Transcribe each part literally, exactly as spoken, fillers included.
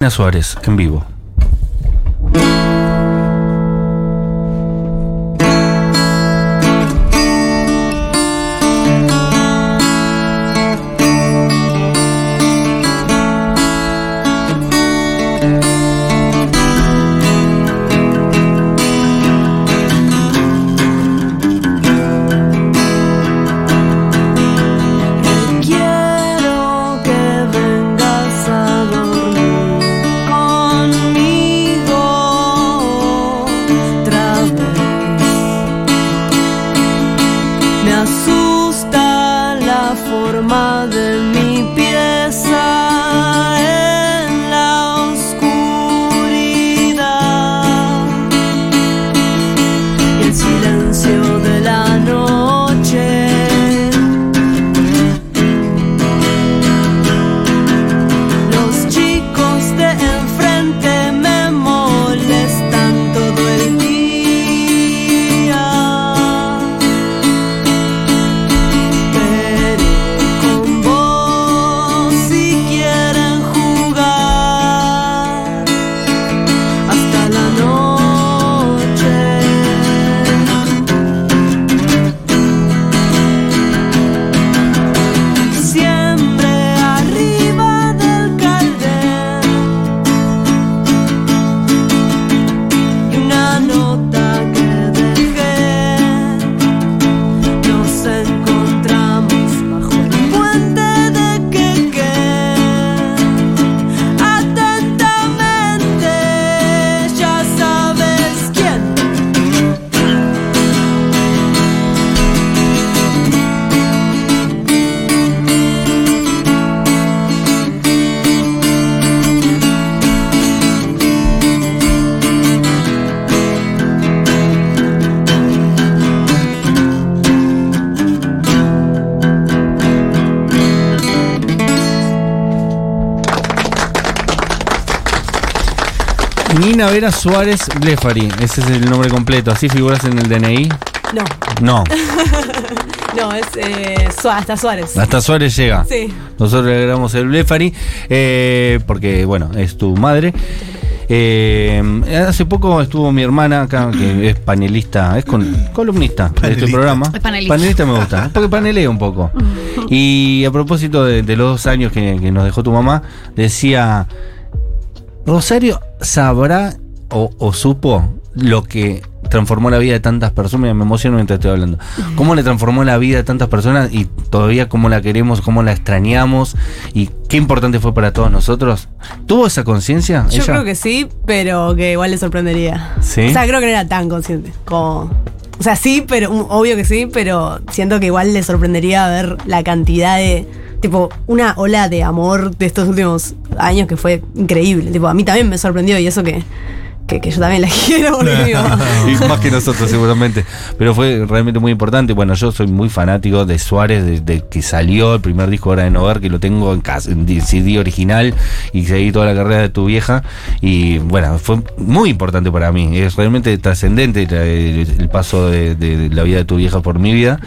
Nina Suárez, en vivo. De mi pieza en la oscuridad y el silencio de la noche. Los chicos de enfrente me molestan todo el día. Nina Vera Suárez Blefari, ese es el nombre completo. ¿Así figuras en el D N I? No. No. No, es eh, Su- hasta Suárez. Hasta Suárez llega. Sí. Nosotros le agregamos el Blefari, eh, porque, bueno, es tu madre. Eh, hace poco estuvo mi hermana acá, que es panelista, es con, columnista de este Panelista. programa. Es panelista. Panelista me gusta, porque panelea un poco. Y a propósito de, de los dos años que, que nos dejó tu mamá, decía, Rosario sabrá o, o supo lo que transformó la vida de tantas personas. Mira, me emociono mientras estoy hablando. Cómo le transformó la vida de tantas personas y todavía cómo la queremos, cómo la extrañamos y qué importante fue para todos nosotros. ¿Tuvo esa conciencia? Yo ella? creo que sí, pero que igual le sorprendería. ¿Sí? O sea, creo que no era tan consciente. Como, o sea, sí, pero um, obvio que sí, pero siento que igual le sorprendería ver la cantidad de, tipo, una ola de amor de estos últimos años que fue increíble. Tipo, a mí también me sorprendió y eso que, que, que yo también la quiero, porque digo, Y más que nosotros seguramente, pero fue realmente muy importante. Bueno, yo soy muy fanático de Suárez desde que salió el primer disco Hora de No Ver, que lo tengo en, casa, en C D original, y seguí toda la carrera de tu vieja y bueno, fue muy importante para mí. Es realmente trascendente el, el paso de, de la vida de tu vieja por mi vida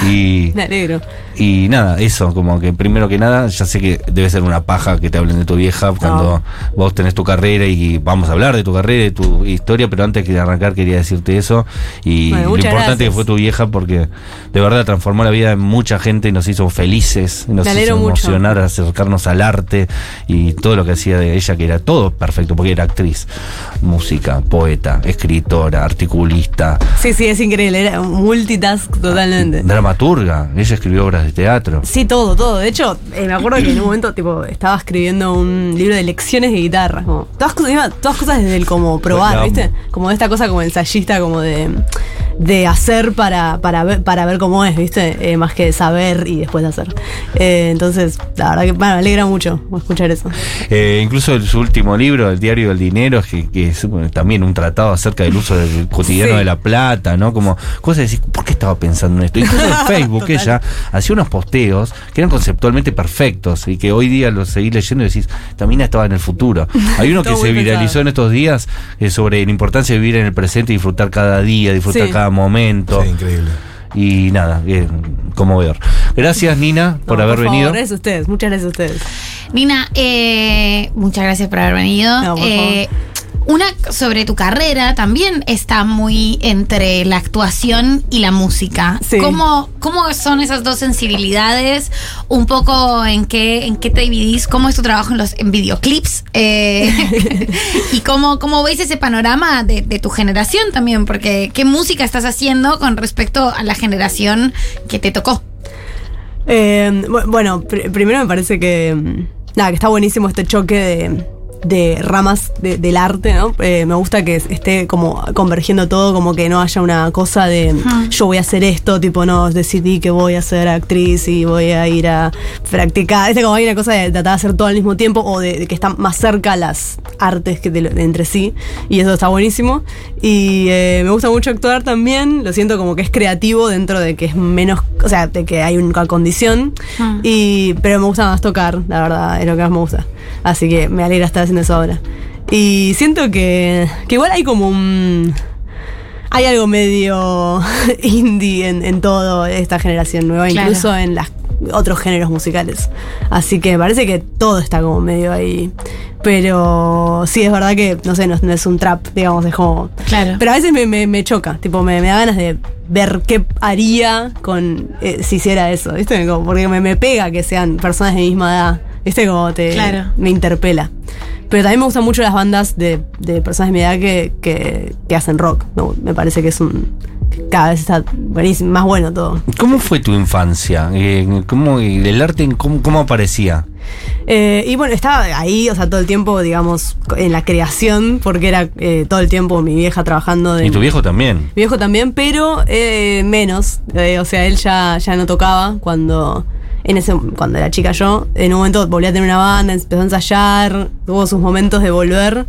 y, me alegro. y nada, eso, como que primero que nada, ya sé que debe ser una paja que te hablen de tu vieja cuando No. vos tenés tu carrera y vamos a hablar de tu carrera, de tu historia, pero antes de arrancar quería decirte eso y Bueno, lo muchas importante gracias. que fue tu vieja, porque de verdad transformó la vida de mucha gente y nos hizo felices, nos Me hizo alegro mucho. emocionar, acercarnos al arte y todo lo que hacía de ella, que era todo perfecto, porque era actriz, música, poeta, escritora, articulista, Sí, sí, es increíble, era un multitask totalmente. dramaturga, ella escribió obras de teatro. Sí, todo, todo. De hecho, eh, me acuerdo que en un momento tipo estaba escribiendo un libro de lecciones de guitarra. Como, todas, cosas, encima, todas cosas desde el como probar, La amo. ¿viste? Como esta cosa como ensayista, como de, de hacer para, para, ver, para ver cómo es, ¿viste? Eh, más que de saber y después de hacer. Eh, entonces, la verdad que bueno, me alegra mucho escuchar eso. Eh, incluso el- su último libro, El Diario del Dinero, que, que es bueno, también un tratado acerca del uso del cotidiano Sí. de la plata, ¿no? Como cosas de decir, ¿por qué estaba pensando en esto? Incluso en Facebook Total. ella hacía unos posteos que eran conceptualmente perfectos y que hoy día los seguís leyendo y decís, también estaba en el futuro. Hay uno que Todo se muy viralizó pensado. en estos días eh, sobre la importancia de vivir en el presente y disfrutar cada día, disfrutar Sí. cada momento. Sí, increíble. Y nada, eh, conmovedor. Gracias, Nina, por No, haber favor, venido. gracias a ustedes, muchas gracias a ustedes. Nina, eh, muchas gracias por haber venido. No, por eh, Una sobre tu carrera también está muy entre la actuación y la música. Sí. ¿Cómo, cómo son esas dos sensibilidades? Un poco en qué, en qué te dividís, cómo es tu trabajo en los en videoclips eh, y cómo, cómo ves ese panorama de, de tu generación también, porque qué música estás haciendo con respecto a la generación que te tocó. Eh, bueno, pr- primero me parece que nada, que está buenísimo este choque de de ramas de, del arte, ¿no? Eh, me gusta que esté como convergiendo todo, como que no haya una cosa de uh-huh. yo voy a hacer esto, tipo no, decidí que voy a ser actriz y voy a ir a practicar. Este como hay una cosa de tratar de hacer todo al mismo tiempo o de, de que están más cerca las artes que de, de entre sí, y eso está buenísimo. Y eh, me gusta mucho actuar también, lo siento como que es creativo dentro de que es menos, o sea, de que hay una condición, uh-huh. y pero me gusta más tocar, la verdad, es lo que más me gusta. Así que me alegra estar haciendo eso ahora. Y siento que, que igual hay como un... Hay algo medio indie en, en toda esta generación nueva, claro. Incluso en los otros géneros musicales. Así que me parece que todo está como medio ahí. Pero sí, es verdad que, no sé, no, no es un trap, digamos, es como... Claro. Pero a veces me, me, me choca, tipo, me, me da ganas de ver qué haría con eh, si hiciera eso, ¿viste? Como, porque me, me pega que sean personas de mi misma edad, ¿viste? Como te... Claro. Me interpela. Pero también me gustan mucho las bandas de, de personas de mi edad que, que, que hacen rock. No, me parece que es un... Cada vez está buenísimo, más bueno todo. ¿Cómo fue tu infancia? Eh, ¿Cómo el arte cómo, cómo aparecía? Eh, y bueno, estaba ahí, o sea, todo el tiempo, digamos, en la creación, porque era eh, todo el tiempo mi vieja trabajando. De, ¿Y tu viejo también? Mi viejo también, pero eh, menos. Eh, o sea, él ya, ya no tocaba cuando... En ese, cuando era chica yo, en un momento volví a tener una banda, empezó a ensayar, tuvo sus momentos de volver,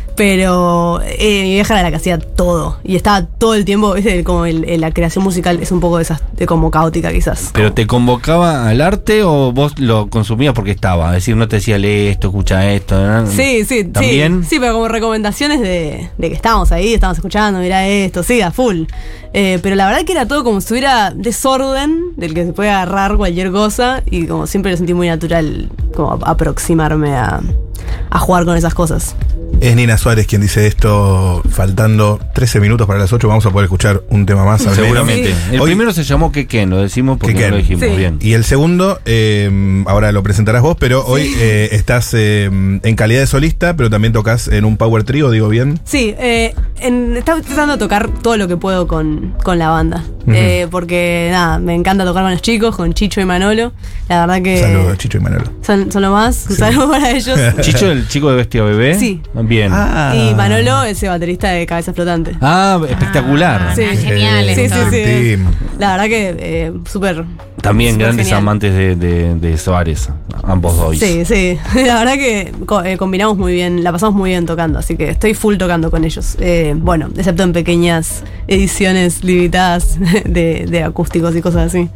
pero eh, mi vieja era la que hacía todo y estaba todo el tiempo, ¿viste? Como el, el, la creación musical es un poco de, esas, de como caótica quizás. ¿Pero te convocaba al arte o vos lo consumías porque estaba? Es decir, no te decía lee esto, escucha esto, ¿no? Sí, sí, ¿también? Sí, sí, pero como recomendaciones de, de que estábamos ahí, estábamos escuchando, mirá esto, sí, a full. Eh, pero la verdad que era todo como si estuviera desorden, del que se puede agarrar cualquier cosa, y como siempre lo sentí muy natural como aproximarme a, a jugar con esas cosas. Es Nina Suárez quien dice esto, faltando trece minutos para las ocho, vamos a poder escuchar un tema más. Seguramente. Sí. El Hoy, primero se llamó Quequén, lo decimos porque Quequén. No lo dijimos Sí. bien. Y el segundo, eh, ahora lo presentarás vos, pero sí. Hoy eh, estás eh, en calidad de solista, pero también tocas en un power trio, digo bien. Sí, eh, en, estaba tratando de tocar todo lo que puedo con, con la banda. Uh-huh. eh, porque nada, me encanta tocar con los chicos, con Chicho y Manolo. La verdad que... Saludos, Chicho y Manolo. Son, son lo más, sí. Saludos para ellos. ¿Chicho, el chico de Bestia Bebé? Sí. Bien. Ah. Y Manolo, ese baterista de Cabeza Flotante. Ah, espectacular. Ah, sí. Genial. Sí, sí, sí. Team. La verdad que eh, súper... También súper grandes genial. amantes de, de, de Suárez, ambos dos. Sí, sí. La verdad que co- eh, combinamos muy bien, la pasamos muy bien tocando, así que estoy full tocando con ellos. Eh, bueno, excepto en pequeñas ediciones limitadas de, de acústicos y cosas así.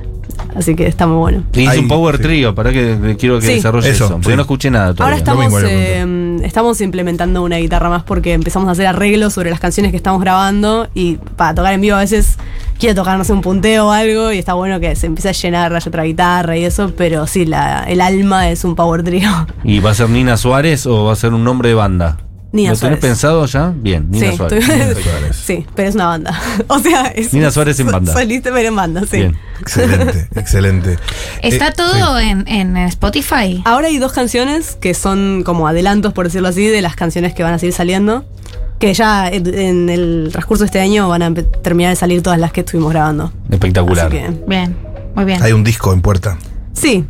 Así que está muy bueno. Y hice Ay, un power sí. trio, para que quiero que Sí. desarrolle Eso, eso, porque sí. no escuché nada todavía. Ahora estamos, mismo le eh, estamos implementando una guitarra más porque empezamos a hacer arreglos sobre las canciones que estamos grabando y para tocar en vivo a veces quiero tocar, no sé, un punteo o algo y está bueno que se empiece a llenar, haya otra guitarra y eso, pero sí, la, el alma es un power trio. ¿Y va a ser Nina Suárez o va a ser un nombre de banda? Nina ¿Lo Suárez. tenés pensado ya? Bien, Nina Sí, Suárez. estoy- Nina Suárez. Sí, pero es una banda. O sea, es Nina Suárez en banda. Solista, pero en banda, sí. Bien. Excelente, excelente. ¿Está Eh, todo sí. en, en Spotify? Ahora hay dos canciones que son como adelantos, por decirlo así, de las canciones que van a seguir saliendo. Que ya en en el transcurso de este año van a empe- terminar de salir todas las que estuvimos grabando. Espectacular. Así que, Bien, muy bien. Hay un disco en puerta. sí,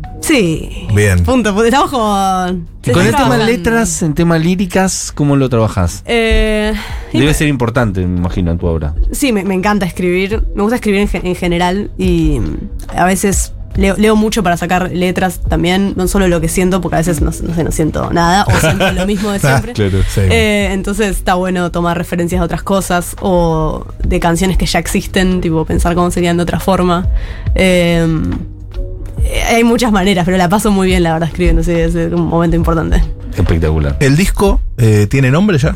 sí. Bien. Punto, punto. Estamos con... Y con el tema trabajando. letras, en tema líricas, ¿cómo lo trabajás? Eh, y Debe me- ser importante, me imagino, en tu obra. Sí, me, me encanta escribir. Me gusta escribir en, gen- en general y a veces leo, leo mucho para sacar letras también, no solo lo que siento, porque a veces no, no sé, no siento nada o siento lo mismo de siempre. Claro. Sí. Eh, entonces está bueno tomar referencias de otras cosas o de canciones que ya existen, tipo pensar cómo serían de otra forma. Eh, eh, hay muchas maneras, pero la paso muy bien, la verdad, escribiendo. Sí, es un momento importante. Espectacular. ¿El disco eh, tiene nombre ya?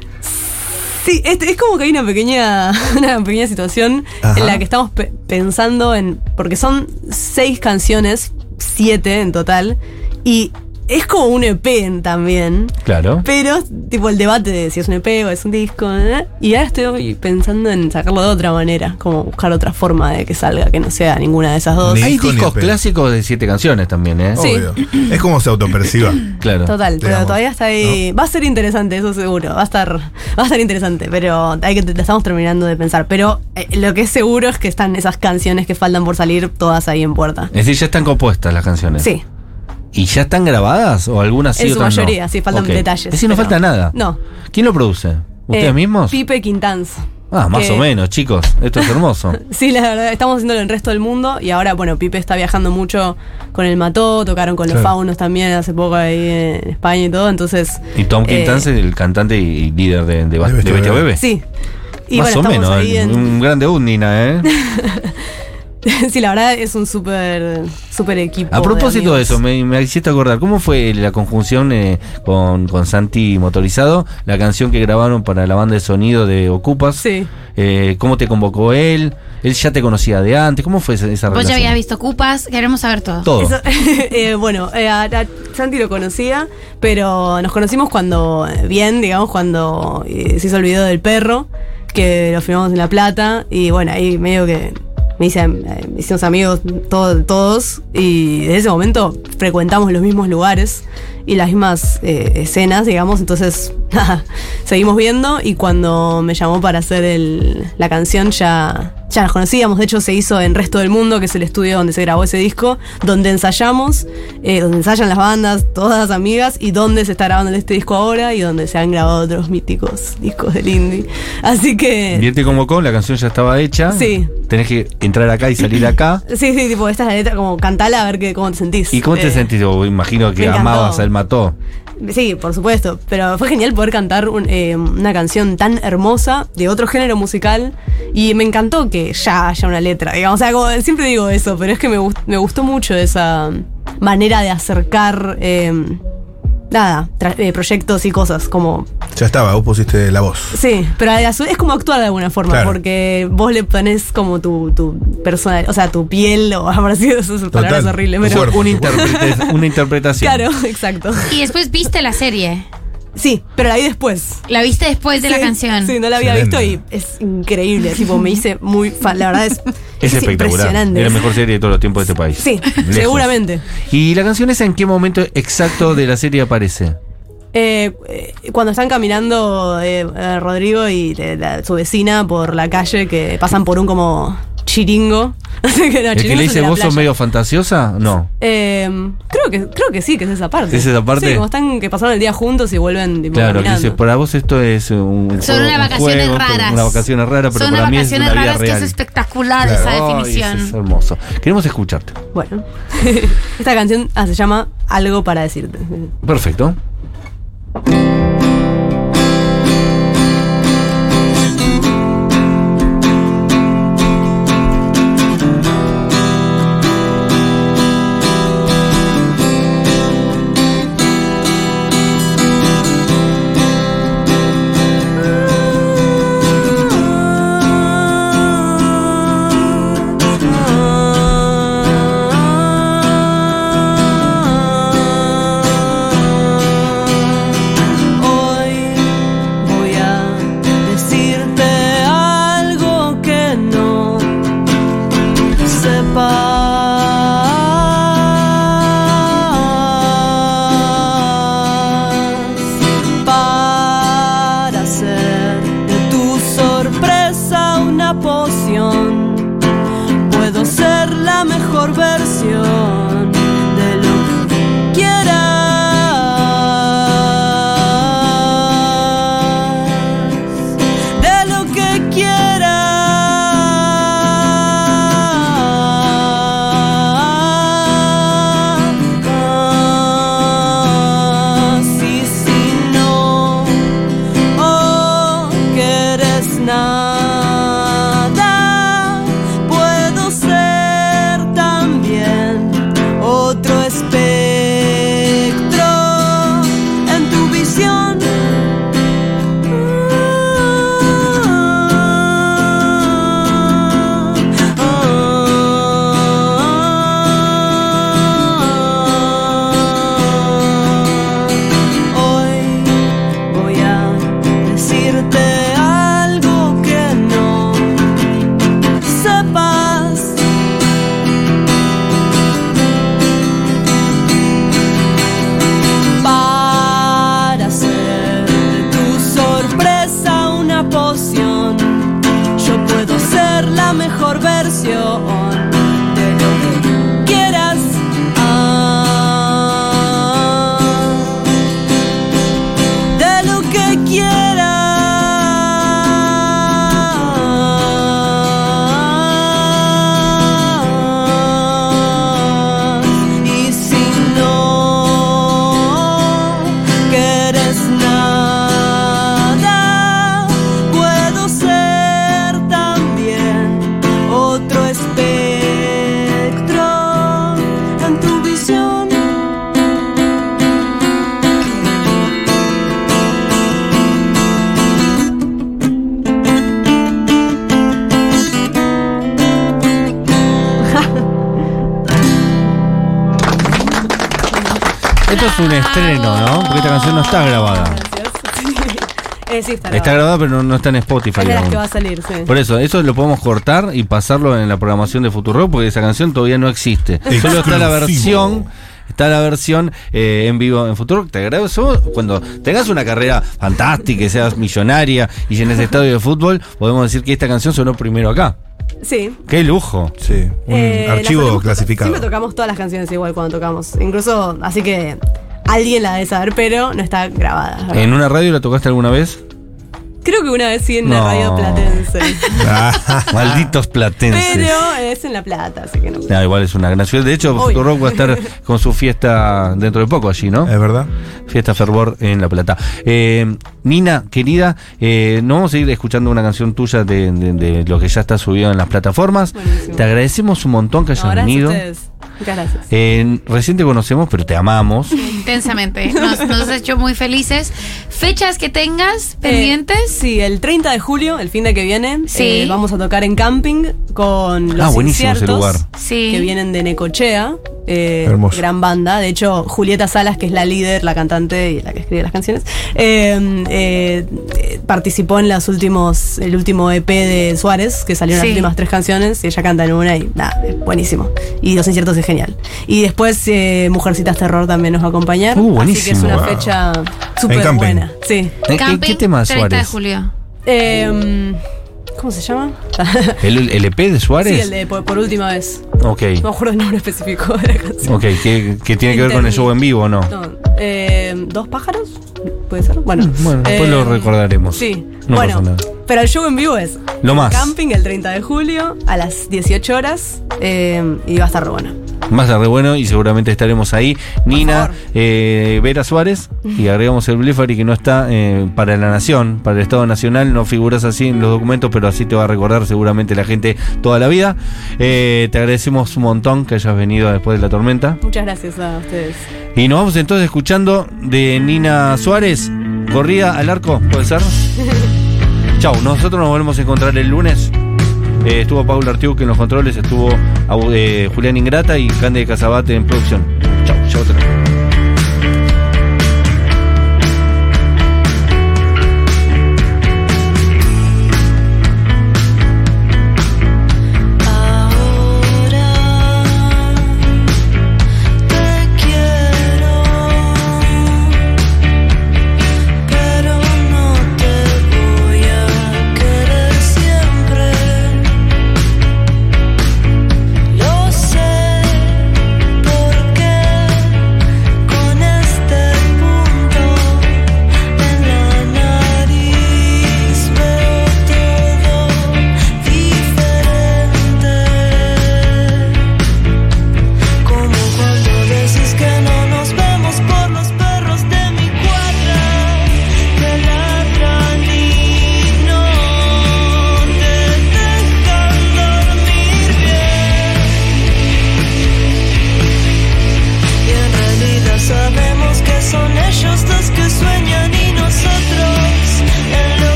Sí, es, es como que hay una pequeña, una pequeña situación Ajá. en la que estamos pe- pensando en. Porque son seis canciones, siete en total, Y es como un E P también. Claro. Pero, tipo, el debate de si es un E P o es un disco, ¿eh? Y ahora estoy pensando en sacarlo de otra manera, como buscar otra forma de que salga, que no sea ninguna de esas dos. Ni Hay disco ni discos E P. clásicos de siete canciones también, ¿eh? Sí. Obvio. Es como se autoperciba. Claro. Total, pero Digamos, todavía está ahí. Va a ser interesante, eso seguro. Va a estar, va a estar interesante, pero hay que la estamos terminando de pensar. Pero eh, lo que es seguro es que están esas canciones que faltan por salir todas ahí en puerta. Es decir, ya están compuestas las canciones. Sí, ¿Y ya están grabadas o algunas sí en su otras no? mayoría, sí, faltan Ok. detalles. Es decir, no pero- falta nada. No. ¿Quién lo produce? ¿Ustedes Eh, mismos? Pipe Quintanz. Ah, más que- o menos, chicos. Esto es hermoso. Sí, la verdad, estamos haciéndolo en el resto del mundo y ahora, bueno, Pipe está viajando mucho con el Mató, tocaron con los Claro. Faunos también hace poco ahí en España y todo, entonces... Y Tom eh, Quintanz es el cantante y líder de, de, Ba- De Bestia de Bestia Bebé. Bebé. Sí. Y Más bueno, o estamos menos. ahí en... Un gran debut, Nina, ¿eh? Sí, la verdad es un súper súper equipo. A propósito de, amigos. eso, me, me hiciste acordar, ¿cómo fue la conjunción eh, con, con Santi Motorizado? La canción que grabaron para la banda de sonido de Ocupas. Sí. Eh, ¿Cómo te convocó él? ¿Él ya te conocía de antes? ¿Cómo fue esa, esa Vos ya relación? habías visto Cupas, queremos saber todo. Todo. Eso- eh, bueno, eh, a, a Santi lo conocía, pero nos conocimos cuando, eh, bien, digamos, cuando eh, se hizo el video del perro, que lo filmamos en La Plata, y bueno, ahí medio que me, hice, eh, me hicimos amigos todo- todos, y desde ese momento frecuentamos los mismos lugares y las mismas eh, escenas, digamos, entonces nada, seguimos viendo, y cuando me llamó para hacer el- la canción ya... Ya nos conocíamos, de hecho se hizo en Resto del Mundo, que es el estudio donde se grabó ese disco, donde ensayamos, eh, donde ensayan las bandas, todas amigas, y donde se está grabando este disco ahora, y donde se han grabado otros míticos discos del indie. Así que... Bien te convocó, la canción ya estaba hecha. Sí. Tenés que entrar acá y salir acá. Sí, sí, tipo, esta es la letra, como cantala a ver que, cómo te sentís. ¿Y cómo te Eh, sentís? O imagino que me encantó. amabas a El Mató. Sí, por supuesto, pero fue genial poder cantar un, eh, una canción tan hermosa de otro género musical, y me encantó que ya haya una letra, digamos, o sea, como siempre digo eso, pero es que me, gust- me gustó mucho esa manera de acercar, eh, nada, tra- eh, proyectos y cosas, como, Ya estaba, vos pusiste la voz. sí, pero a su- es como actuar de alguna forma, Claro. porque vos le pones como tu, tu personal, o sea, tu piel, o algo así, esas palabras Total. horribles, Tu pero... cuerpo. Una, interpreta- una interpretación. Claro, exacto. Y después viste la serie. Sí, pero la vi después. La viste después de la Sí, canción. Sí, no la había Excelente. visto y es increíble. Tipo, me hice muy fan. La verdad es, Es espectacular. impresionante. Es la mejor serie de todos los tiempos de este país. Sí, Lejos. seguramente. ¿Y la canción esa en qué momento exacto de la serie aparece? Eh, eh, cuando están caminando eh, eh, Rodrigo y eh, la- su vecina por la calle, que pasan por un como chiringo. Así que no, ¿El que chiringo le es dice el de la vos sos playa. medio fantasiosa? No. Eh, creo que creo que sí, que es esa parte. ¿Es esa parte? Sí, como están que pasaron el día juntos y vuelven tipo, Claro, que caminando. dice, para vos esto es un, Son juego- unas un vacaciones juego, raras. Una vacaciones rara, pero Son para unas mí es una vacaciones vida raras que real. es espectacular Claro. esa Ay, definición. eso es hermoso. Queremos escucharte. Bueno, esta canción ah, se llama Algo para decirte. Perfecto. Hoy voy a decirte algo que no sepas, para hacer de tu sorpresa una poción. Puedo ser la mejor versión de lo que quieras, de lo que quieras. Y si no oh, quieres nada, Y si no quieres nada, puedo ser también otro espectro en tu visión. Esto es un estreno, ¿no? Porque esta canción no está grabada. Gracias. Eh, sí, está grabado. Está grabada, pero no, no está en Spotify. Es de las aún. que va a salir, sí. Por eso, eso lo podemos cortar y pasarlo en la programación de Futurock, porque esa canción todavía no existe. Solo está la versión. Está la versión eh, en vivo en Futurock. Te agradezco. Cuando tengas una carrera fantástica y seas millonaria y llenes estadio de fútbol, podemos decir que esta canción sonó primero acá. Sí. ¡Qué lujo! Sí, un Eh, las archivo solemos tocar. clasificado. Siempre tocamos todas las canciones igual cuando tocamos. Incluso, así que alguien la debe saber, pero no está grabada. ¿Verdad? ¿En una radio la tocaste alguna vez? Creo que una vez sí en la No. radio platense. Malditos platenses. Pero es en La Plata, así que no. No, igual es una gran ciudad. De hecho, Obvio. Futurock va a estar con su fiesta dentro de poco allí, ¿no? ¿Es verdad? Fiesta Fervor en La Plata. Eh, Nina, querida, eh, no vamos a ir escuchando una canción tuya de, de- de lo que ya está subido en las plataformas. Buenísimo. Te agradecemos un montón que hayas No, gracias venido. a ustedes. Muchas gracias. Eh, recién te conocemos, pero te amamos. Intensamente. Nos, nos has hecho muy felices. Fechas que tengas pendientes. Eh, sí, el treinta de julio, el fin de que viene, Sí. eh, vamos a tocar en camping con los Ah, buenísimo ese Inciertos, lugar. Sí. que vienen de Necochea. Eh, Hermoso. gran banda. De hecho, Julieta Salas, que es la líder, la cantante y la que escribe las canciones, eh, eh, eh, participó en los últimos, el último E P de Suárez, que salieron Sí. las últimas tres canciones, y ella canta en una y nada, es buenísimo. Y Los Inciertos es genial. Y después eh, Mujercitas Terror también nos va a acompañar. Uh, así que es buenísimo. una Wow. fecha En súper camping. buena. Sí. ¿En- en Camping, qué tema treinta de Suárez? julio. Eh, ¿Cómo se llama? ¿El, el E P de Suárez? Sí, el de por, por última vez. Ok. No me acuerdo el nombre específico de la canción. Ok, ¿qué, qué tiene que ver con el show en vivo o no? No, eh, ¿Dos pájaros? ¿Puede ser? Bueno, Bueno, después eh, lo recordaremos. Sí, No bueno, pasa nada. pero el show en vivo es Lo más. Camping el treinta de julio a las dieciocho horas eh, y va a estar re bueno. Más tarde, bueno, y seguramente estaremos ahí. Nina, favor. eh, Vera Suárez, y agregamos el Blefari que no está eh, para la Nación, para el Estado Nacional, no figuras así en los documentos, pero así te va a recordar seguramente la gente toda la vida. Eh, te agradecemos un montón que hayas venido después de la tormenta. Muchas gracias a ustedes. Y nos vamos entonces escuchando de Nina Suárez, Corrida al Arco, ¿puede ser? Chau, nosotros nos volvemos a encontrar el lunes. Eh, estuvo Paula Artiuk en los controles, estuvo eh, Julián Ingrata y Cande de Casabate en producción. Chau, chau otra vez.